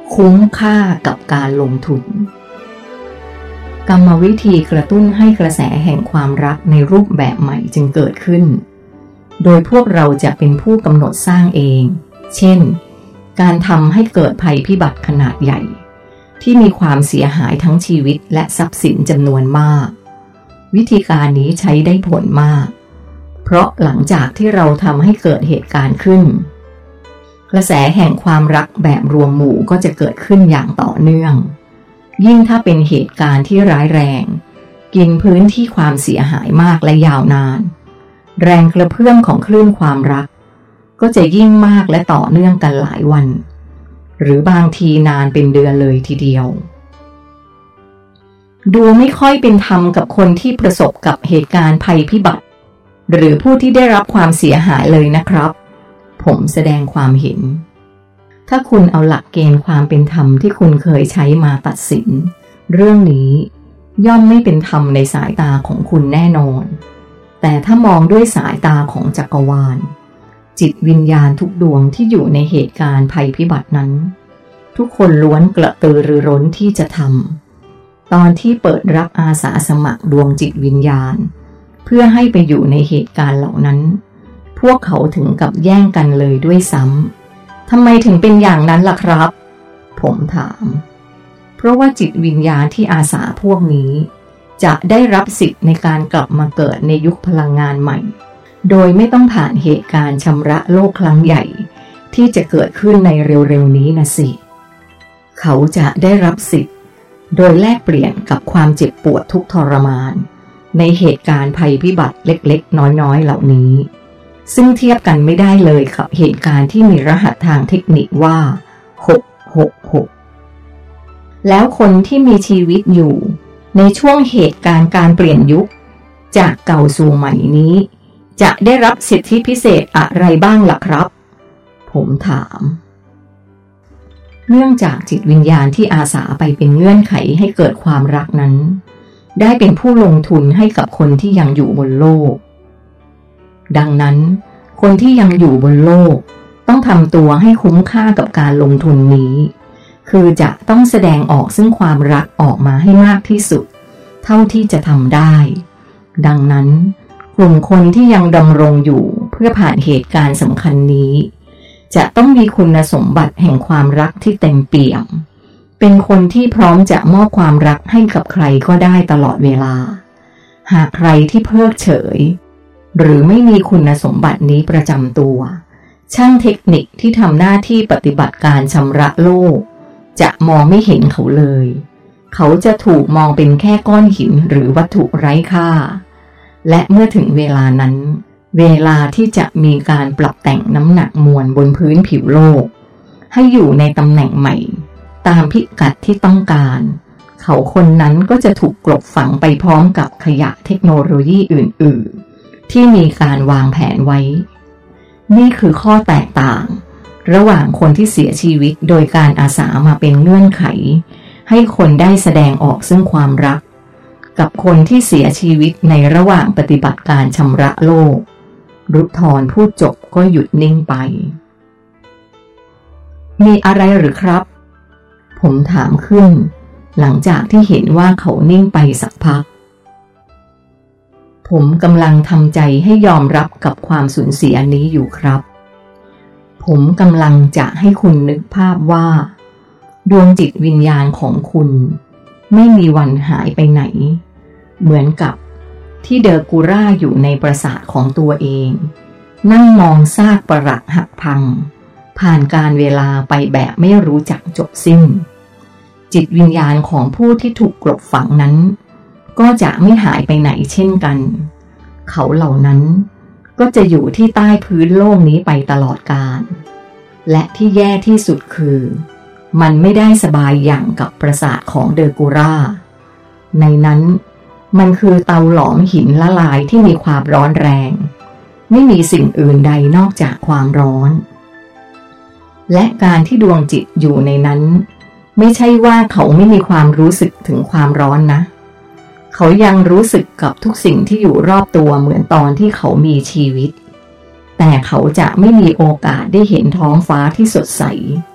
คุ้มค่ากับการลงทุนกรรมวิธีกระตุ้นให้กระแสแห่งความรักในรูปแบบใหม่จึงเกิดขึ้นโดยพวกเราจะเป็นผู้กำหนดสร้างเองเช่นการทำให้เกิดภัยพิบัติขนาดใหญ่ที่มีความเสียหายทั้งชีวิตและทรัพย์สินจำนวนมากวิธีการนี้ใช้ได้ผลมากเพราะหลังจากที่เราทำให้เกิดเหตุการณ์ขึ้นกระแสแห่งความรักแบบรวมหมู่ก็จะเกิดขึ้นอย่างต่อเนื่องยิ่งถ้าเป็นเหตุการณ์ที่ร้ายแรงกินพื้นที่ความเสียหายมากและยาวนานแรงกระเพื่อมของคลื่นความรักก็จะยิ่งมากและต่อเนื่องกันหลายวันหรือบางทีนานเป็นเดือนเลยทีเดียวดูไม่ค่อยเป็นธรรมกับคนที่ประสบกับเหตุการณ์ภัยพิบัติหรือผู้ที่ได้รับความเสียหายเลยนะครับผมแสดงความเห็นถ้าคุณเอาหลักเกณฑ์ความเป็นธรรมที่คุณเคยใช้มาตัดสินเรื่องนี้ย่อมไม่เป็นธรรมในสายตาของคุณแน่นอนแต่ถ้ามองด้วยสายตาของจักรวาลจิตวิญญาณทุกดวงที่อยู่ในเหตุการณ์ภัยพิบัตินั้นทุกคนล้วนกระตือรือร้นที่จะทำตอนที่เปิดรับอาสาสมัครดวงจิตวิญญาณเพื่อให้ไปอยู่ในเหตุการณ์เหล่านั้นพวกเขาถึงกับแย่งกันเลยด้วยซ้ำทำไมถึงเป็นอย่างนั้นล่ะครับผมถามเพราะว่าจิตวิญญาณที่อาสาพวกนี้จะได้รับสิทธิ์ในการกลับมาเกิดในยุคพลังงานใหม่โดยไม่ต้องผ่านเหตุการณ์ชำระโลกครั้งใหญ่ที่จะเกิดขึ้นในเร็วๆนี้นะสิเขาจะได้รับสิทธิ์โดยแลกเปลี่ยนกับความเจ็บปวดทุกข์ทรมานในเหตุการณ์ภัยพิบัติเล็กๆน้อยๆเหล่านี้ซึ่งเทียบกันไม่ได้เลยกับเหตุการณ์ที่มีรหัสทางเทคนิคว่า666แล้วคนที่มีชีวิตอยู่ในช่วงเหตุการณ์การเปลี่ยนยุคจากเก่าสู่ใหม่นี้จะได้รับสิทธิพิเศษอะไรบ้างล่ะครับผมถามเนื่องจากจิตวิญญาณที่อาสาไปเป็นเงื่อนไขให้เกิดความรักนั้นได้เป็นผู้ลงทุนให้กับคนที่ยังอยู่บนโลกดังนั้นคนที่ยังอยู่บนโลกต้องทำตัวให้คุ้มค่ากับการลงทุนนี้คือจะต้องแสดงออกซึ่งความรักออกมาให้มากที่สุดเท่าที่จะทำได้ดังนั้นกลุ่มคนที่ยังดำรงอยู่เพื่อผ่านเหตุการณ์สำคัญนี้จะต้องมีคุณสมบัติแห่งความรักที่เต็มเปี่ยมเป็นคนที่พร้อมจะมอบความรักให้กับใครก็ได้ตลอดเวลาหากใครที่เพิกเฉยหรือไม่มีคุณสมบัตินี้ประจำตัวช่างเทคนิคที่ทำหน้าที่ปฏิบัติการชำระโลกจะมองไม่เห็นเขาเลยเขาจะถูกมองเป็นแค่ก้อนหินหรือวัตถุไร้ค่าและเมื่อถึงเวลานั้นเวลาที่จะมีการปรับแต่งน้ำหนักมวลบนพื้นผิวโลกให้อยู่ในตำแหน่งใหม่ตามพิกัดที่ต้องการเขาคนนั้นก็จะถูกกลบฝังไปพร้อมกับขยะเทคโนโลยีอื่นๆที่มีการวางแผนไว้นี่คือข้อแตกต่างระหว่างคนที่เสียชีวิตโดยการอาสามาเป็นเงื่อนไขให้คนได้แสดงออกซึ่งความรักกับคนที่เสียชีวิตในระหว่างปฏิบัติการชำระโลกรุธรพูดจบก็หยุดนิ่งไปมีอะไรหรือครับผมถามขึ้นหลังจากที่เห็นว่าเขานิ่งไปสักพักผมกำลังทำใจให้ยอมรับกับความสูญเสียนี้อยู่ครับผมกำลังจะให้คุณนึกภาพว่าดวงจิตวิญญาณของคุณไม่มีวันหายไปไหนเหมือนกับที่เดอกูร่าอยู่ในปราสาทของตัวเองนั่งมองซากปรักหักพังผ่านการเวลาไปแบบไม่รู้จักจบสิ้นจิตวิญญาณของผู้ที่ถูกกลบฝังนั้นก็จะไม่หายไปไหนเช่นกันเขาเหล่านั้นก็จะอยู่ที่ใต้พื้นโลกนี้ไปตลอดกาลและที่แย่ที่สุดคือมันไม่ได้สบายอย่างกับปราสาทของเดอกูร่าในนั้นมันคือเตาหลอมหินละลายที่มีความร้อนแรงไม่มีสิ่งอื่นใดนอกจากความร้อนและการที่ดวงจิตอยู่ในนั้นไม่ใช่ว่าเขาไม่มีความรู้สึกถึงความร้อนนะเขายังรู้สึกกับทุกสิ่งที่อยู่รอบตัวเหมือนตอนที่เขามีชีวิตแต่เขาจะไม่มีโอกาสได้เห็นท้องฟ้าที่สดใส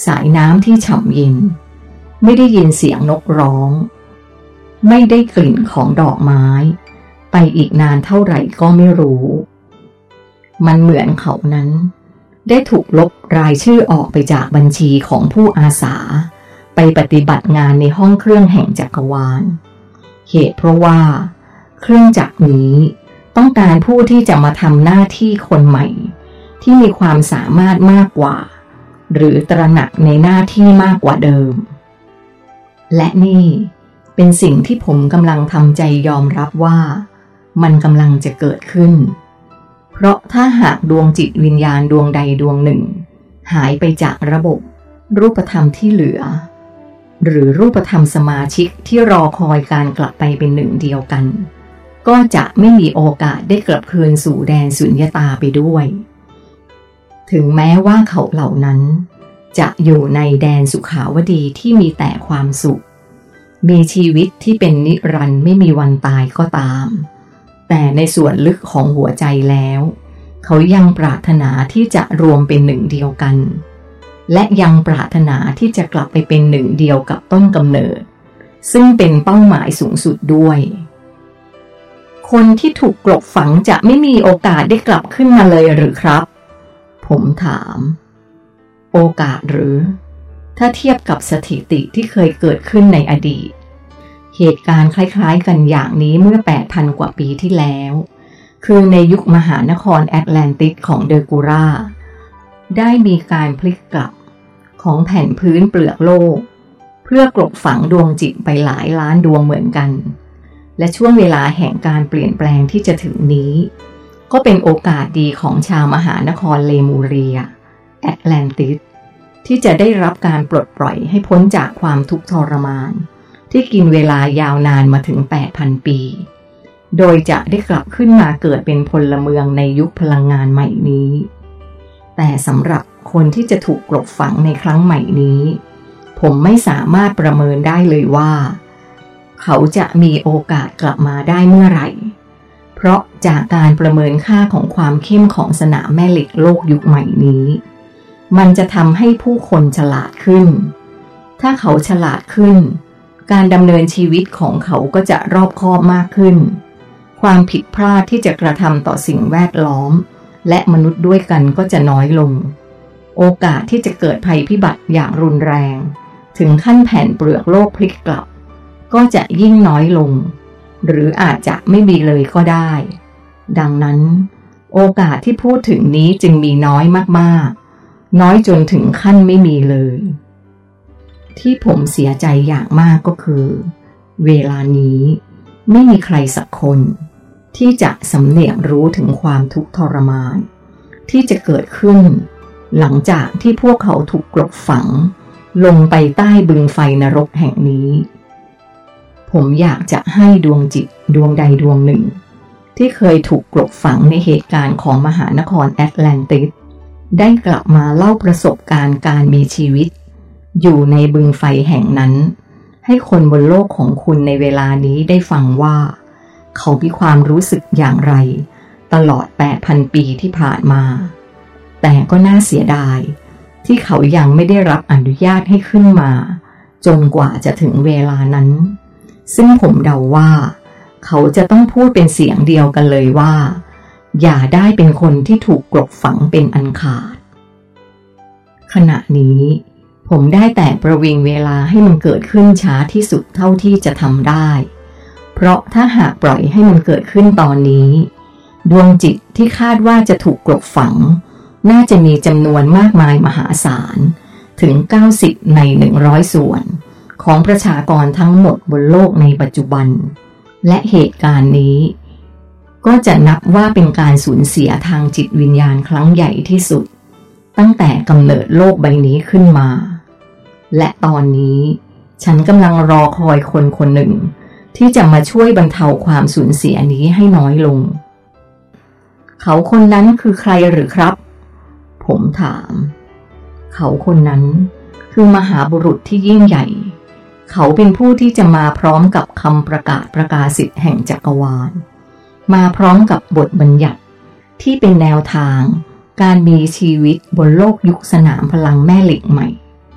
สายน้ำที่ฉ่ำเย็นไม่ได้ยินเสียงนกร้องไม่ได้กลิ่นของดอกไม้ไปอีกนานเท่าไหร่ก็ไม่รู้มันเหมือนเขานั้นได้ถูกลบรายชื่อออกไปจากบัญชีของผู้อาสาไปปฏิบัติงานในห้องเครื่องแห่งจักรวาลเหตุเพราะว่าเครื่องจักรนี้ต้องการผู้ที่จะมาทำหน้าที่คนใหม่ที่มีความสามารถมากกว่าหรือตระหนักในหน้าที่มากกว่าเดิมและนี่เป็นสิ่งที่ผมกำลังทำใจยอมรับว่ามันกำลังจะเกิดขึ้นเพราะถ้าหากดวงจิตวิญญาณดวงใดดวงหนึ่งหายไปจากระบบรูปธรรมที่เหลือหรือรูปธรรมสมาชิกที่รอคอยการกลับไปเป็นหนึ่งเดียวกันก็จะไม่มีโอกาสได้กลับคืนสู่แดนสุญญตาไปด้วยถึงแม้ว่าเขาเหล่านั้นจะอยู่ในแดนสุขาวดีที่มีแต่ความสุขมีชีวิตที่เป็นนิรันดร์ไม่มีวันตายก็ตามแต่ในส่วนลึกของหัวใจแล้วเขายังปรารถนาที่จะรวมเป็นหนึ่งเดียวกันและยังปรารถนาที่จะกลับไปเป็นหนึ่งเดียวกับต้นกำเนิดซึ่งเป็นเป้าหมายสูงสุดด้วยคนที่ถูกกลบฝังจะไม่มีโอกาสได้กลับขึ้นมาเลยหรือครับผมถามโอกาสหรือถ้าเทียบกับสถิติที่เคยเกิดขึ้นในอดีตเหตุการณ์คล้ายๆกันอย่างนี้เมื่อ 8,000 กว่าปีที่แล้วคือในยุคมหานครแอตแลนติสของเดอกูราได้มีการพลิกกลับของแผ่นพื้นเปลือกโลกเพื่อกลบฝังดวงจิตไปหลายล้านดวงเหมือนกันและช่วงเวลาแห่งการเปลี่ยนแปลงที่จะถึงนี้ก็เป็นโอกาสดีของชาวมหานครเลมูเรียแอตแลนติสที่จะได้รับการปลดปล่อยให้พ้นจากความทุกข์ทรมานที่กินเวลายาวนานมาถึง 8,000 ปีโดยจะได้กลับขึ้นมาเกิดเป็นพลเมืองในยุคพลังงานใหม่นี้แต่สำหรับคนที่จะถูกกลบฝังในครั้งใหม่นี้ผมไม่สามารถประเมินได้เลยว่าเขาจะมีโอกาสกลับมาได้เมื่อไหร่เพราะจากการประเมินค่าของความเข้มของสนามแม่เหล็กโลกยุคใหม่นี้มันจะทำให้ผู้คนฉลาดขึ้นถ้าเขาฉลาดขึ้นการดำเนินชีวิตของเขาก็จะรอบคอบมากขึ้นความผิดพลาดที่จะกระทำต่อสิ่งแวดล้อมและมนุษย์ด้วยกันก็จะน้อยลงโอกาสที่จะเกิดภัยพิบัติอย่างรุนแรงถึงขั้นแผ่นเปลือกโลกพลิกกลับก็จะยิ่งน้อยลงหรืออาจจะไม่มีเลยก็ได้ดังนั้นโอกาสที่พูดถึงนี้จึงมีน้อยมากๆน้อยจนถึงขั้นไม่มีเลยที่ผมเสียใจอย่างมากก็คือเวลานี้ไม่มีใครสักคนที่จะสำเนียกรู้ถึงความทุกข์ทรมานที่จะเกิดขึ้นหลังจากที่พวกเขาถูกกลบฝังลงไปใต้บึงไฟนรกแห่งนี้ผมอยากจะให้ดวงจิตดวงใดดวงหนึ่งที่เคยถูกกลบฝังในเหตุการณ์ของมหานครแอตแลนติสได้กลับมาเล่าประสบการณ์การมีชีวิตอยู่ในบึงไฟแห่งนั้นให้คนบนโลกของคุณในเวลานี้ได้ฟังว่าเขามีความรู้สึกอย่างไรตลอด 8,000 ปีที่ผ่านมาแต่ก็น่าเสียดายที่เขายังไม่ได้รับอนุญาตให้ขึ้นมาจนกว่าจะถึงเวลานั้นซึ่งผมเดาว่าเขาจะต้องพูดเป็นเสียงเดียวกันเลยว่าอย่าได้เป็นคนที่ถูกกลบฝังเป็นอันขาดขณะนี้ผมได้แต่ประวิงเวลาให้มันเกิดขึ้นช้าที่สุดเท่าที่จะทำได้เพราะถ้าหากปล่อยให้มันเกิดขึ้นตอนนี้ดวงจิตที่คาดว่าจะถูกกลบฝังน่าจะมีจำนวนมากมายมหาศาลถึง90ใน100ส่วนของประชากรทั้งหมดบนโลกในปัจจุบันและเหตุการณ์นี้ก็จะนับว่าเป็นการสูญเสียทางจิตวิญญาณครั้งใหญ่ที่สุดตั้งแต่กำเนิดโลกใบนี้ขึ้นมาและตอนนี้ฉันกำลังรอคอยคนคนหนึ่งที่จะมาช่วยบรรเทาความสูญเสียนี้ให้น้อยลงเขาคนนั้นคือใครหรือครับผมถามเขาคนนั้นคือมหาบุรุษที่ยิ่งใหญ่เขาเป็นผู้ที่จะมาพร้อมกับคำประกาศสิทธิ์แห่งจักรวาลมาพร้อมกับบทบัญญัติที่เป็นแนวทางการมีชีวิตบนโลกยุคสนามพลังแม่เหล็กใหม่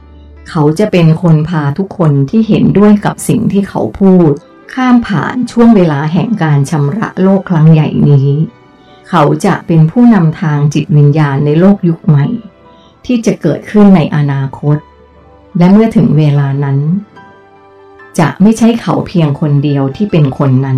เขาจะเป็นคนพาทุกคนที่เห็นด้วยกับสิ่งที่เขาพูดข้ามผ่านช่วงเวลาแห่งการชำระโลกครั้งใหญ่นี้เขาจะเป็นผู้นำทางจิตวิญญาณในโลกยุคใหม่ที่จะเกิดขึ้นในอนาคตและเมื่อถึงเวลานั้นจะไม่ใช่เขาเพียงคนเดียวที่เป็นคนนั้น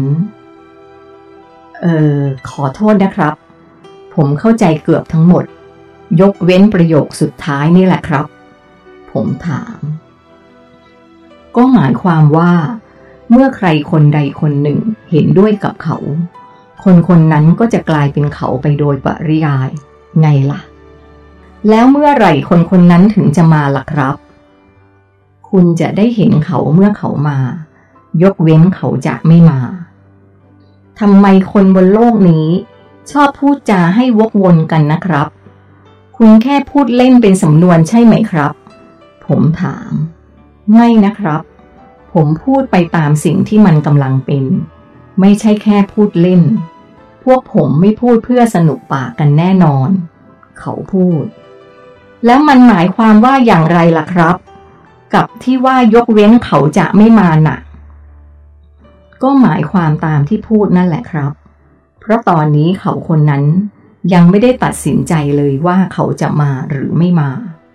ขอโทษนะครับผมเข้าใจเกือบทั้งหมดยกเว้นประโยคสุดท้ายนี่แหละครับผมถามก็หมายความว่าเมื่อใครคนใดคนหนึ่งเห็นด้วยกับเขาคนคนนั้นก็จะกลายเป็นเขาไปโดยปริยายไงล่ะแล้วเมื่อไหร่คนคนนั้นถึงจะมาล่ะครับคุณจะได้เห็นเขาเมื่อเขามายกเว้นเขาจะไม่มาทำไมคนบนโลกนี้ชอบพูดจาให้วกวนกันนะครับคุณแค่พูดเล่นเป็นสำนวนใช่ไหมครับผมถามไม่นะครับผมพูดไปตามสิ่งที่มันกำลังเป็นไม่ใช่แค่พูดเล่นพวกผมไม่พูดเพื่อสนุกปากกันแน่นอนเขาพูดแล้วมันหมายความว่าอย่างไรล่ะครับกับที่ว่ายกเว้นเขาจะไม่มาน่ะก็หมายความตามที่พูดนั่นแหละครับเพราะตอนนี้เขาคนนั้นยังไม่ได้ตัดสินใจเลยว่าเขาจะมาหรือไม่มา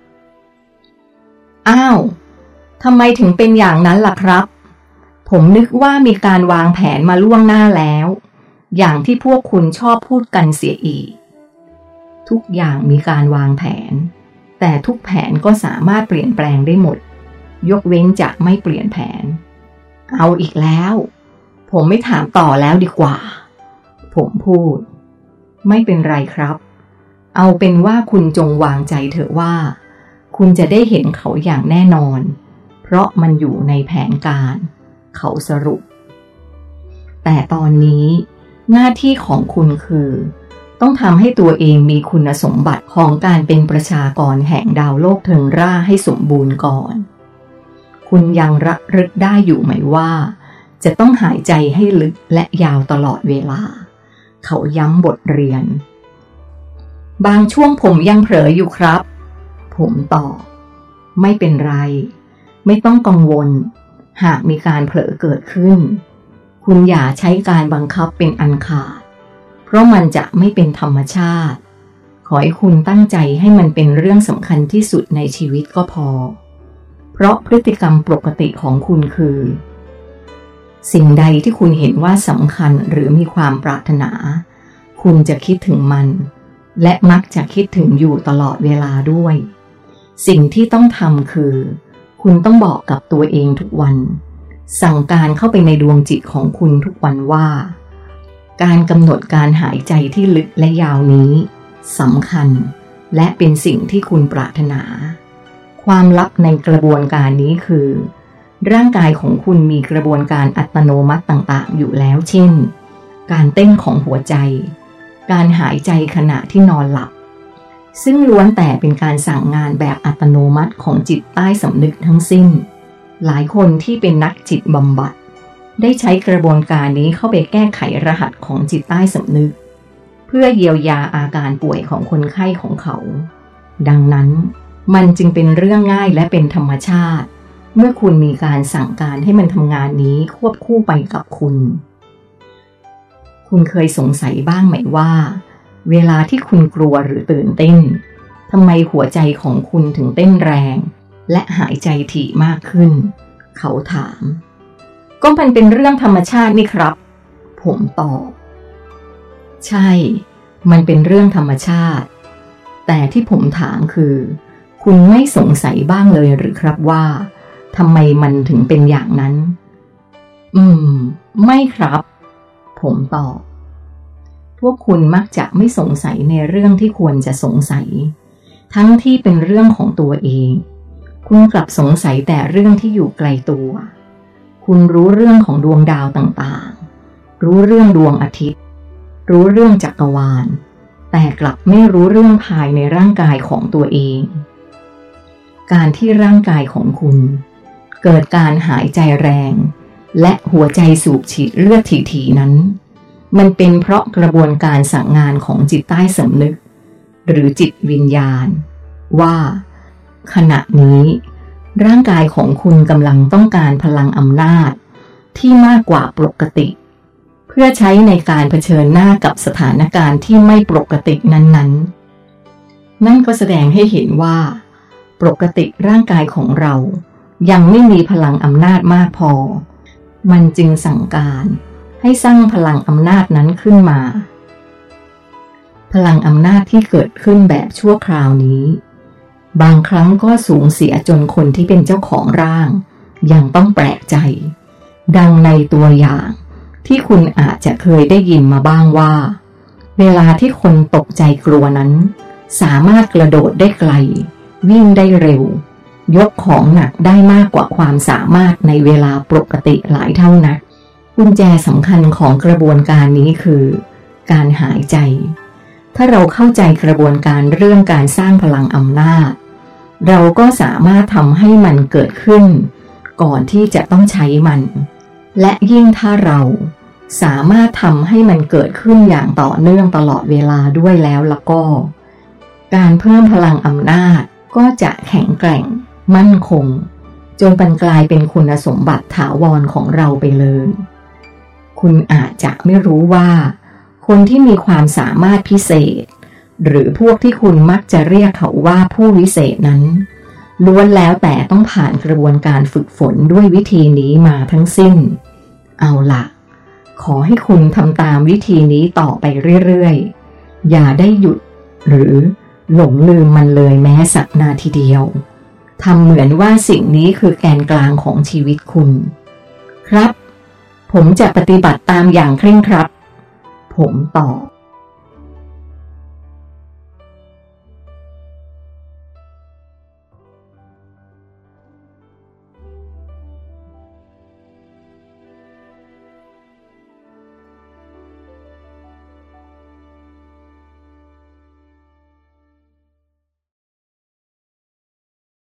อ้าวทำไมถึงเป็นอย่างนั้นล่ะครับผมนึกว่ามีการวางแผนมาล่วงหน้าแล้วอย่างที่พวกคุณชอบพูดกันเสียอีกทุกอย่างมีการวางแผนแต่ทุกแผนก็สามารถเปลี่ยนแปลงได้หมดยกเว้นจะไม่เปลี่ยนแผนเอาอีกแล้วผมไม่ถามต่อแล้วดีกว่าผมพูดไม่เป็นไรครับเอาเป็นว่าคุณจงวางใจเถอะว่าคุณจะได้เห็นเขาอย่างแน่นอนเพราะมันอยู่ในแผนการเขาสรุปแต่ตอนนี้หน้าที่ของคุณคือต้องทำให้ตัวเองมีคุณสมบัติของการเป็นประชากรแห่งดาวโลกเทิงร่าให้สมบูรณ์ก่อนคุณยังระลึกได้อยู่ไหมว่าจะต้องหายใจให้ลึกและยาวตลอดเวลาเขาย้ำบทเรียนบางช่วงผมยังเผลออยู่ครับผมตอบไม่เป็นไรไม่ต้องกังวลหากมีการเผลอเกิดขึ้นคุณอย่าใช้การบังคับเป็นอันขาดเพราะมันจะไม่เป็นธรรมชาติขอให้คุณตั้งใจให้มันเป็นเรื่องสำคัญที่สุดในชีวิตก็พอเพราะพฤติกรรมปกติของคุณคือสิ่งใดที่คุณเห็นว่าสำคัญหรือมีความปรารถนาคุณจะคิดถึงมันและมักจะคิดถึงอยู่ตลอดเวลาด้วยสิ่งที่ต้องทำคือคุณต้องบอกกับตัวเองทุกวันสั่งการเข้าไปในดวงจิตของคุณทุกวันว่าการกำหนดการหายใจที่ลึกและยาวนี้สำคัญและเป็นสิ่งที่คุณปรารถนาความลับในกระบวนการนี้คือร่างกายของคุณมีกระบวนการอัตโนมัติต่างๆอยู่แล้วเช่นการเต้นของหัวใจการหายใจขณะที่นอนหลับซึ่งล้วนแต่เป็นการสั่งงานแบบอัตโนมัติของจิตใต้สำนึกทั้งสิ้นหลายคนที่เป็นนักจิตบำบัดได้ใช้กระบวนการนี้เข้าไปแก้ไขรหัสของจิตใต้สำนึกเพื่อเยียวยาอาการป่วยของคนไข้ของเขาดังนั้นมันจึงเป็นเรื่องง่ายและเป็นธรรมชาติเมื่อคุณมีการสั่งการให้มันทำงานนี้ควบคู่ไปกับคุณเคยสงสัยบ้างไหมว่าเวลาที่คุณกลัวหรือตื่นเต้นทำไมหัวใจของคุณถึงเต้นแรงและหายใจถี่มากขึ้นเขาถามก็มันเป็นเรื่องธรรมชาตินี่ครับผมตอบใช่มันเป็นเรื่องธรรมชาติแต่ที่ผมถามคือคุณไม่สงสัยบ้างเลยหรือครับว่าทำไมมันถึงเป็นอย่างนั้นไม่ครับผมตอบพวกคุณมักจะไม่สงสัยในเรื่องที่ควรจะสงสัยทั้งที่เป็นเรื่องของตัวเองคุณกลับสงสัยแต่เรื่องที่อยู่ไกลตัวคุณรู้เรื่องของดวงดาวต่างๆรู้เรื่องดวงอาทิตย์รู้เรื่องจักรวาลแต่กลับไม่รู้เรื่องภายในร่างกายของตัวเองการที่ร่างกายของคุณเกิดการหายใจแรงและหัวใจสูบฉีดเลือดถี่ๆนั้นมันเป็นเพราะกระบวนการสั่งงานของจิตใต้สำนึกหรือจิตวิญญาณว่าขณะนี้ร่างกายของคุณกำลังต้องการพลังอำนาจที่มากกว่าปกติเพื่อใช้ในการเผชิญหน้ากับสถานการณ์ที่ไม่ปกตินั้นๆนั่นก็แสดงให้เห็นว่าปกติร่างกายของเรายังไม่มีพลังอำนาจมากพอมันจึงสั่งการให้สร้างพลังอำนาจนั้นขึ้นมาพลังอำนาจที่เกิดขึ้นแบบชั่วคราวนี้บางครั้งก็สูญเสียจนคนที่เป็นเจ้าของร่างยังต้องแปลกใจดังในตัวอย่างที่คุณอาจจะเคยได้ยินมาบ้างว่าเวลาที่คนตกใจกลัวนั้นสามารถกระโดดได้ไกลวิ่งได้เร็วยกของหนักได้มากกว่าความสามารถในเวลาปกติหลายเท่านักกุญแจสำคัญของกระบวนการนี้คือการหายใจถ้าเราเข้าใจกระบวนการเรื่องการสร้างพลังอำนาจเราก็สามารถทำให้มันเกิดขึ้นก่อนที่จะต้องใช้มันและยิ่งถ้าเราสามารถทำให้มันเกิดขึ้นอย่างต่อเนื่องตลอดเวลาด้วยแล้วก็การเพิ่มพลังอำนาจก็จะแข็งแกร่งมั่นคงจนมันกลายเป็นคุณสมบัติถาวรของเราไปเลยคุณอาจจะไม่รู้ว่าคนที่มีความสามารถพิเศษหรือพวกที่คุณมักจะเรียกเขาว่าผู้วิเศษนั้นล้วนแล้วแต่ต้องผ่านกระบวนการฝึกฝนด้วยวิธีนี้มาทั้งสิ้นเอาล่ะขอให้คุณทำตามวิธีนี้ต่อไปเรื่อยๆอย่าได้หยุดหรือหลงลืมมันเลยแม้สักนาทีเดียวทำเหมือนว่าสิ่งนี้คือแกนกลางของชีวิตคุณครับผมจะปฏิบัติตามอย่างเคร่งครัดผมตอบ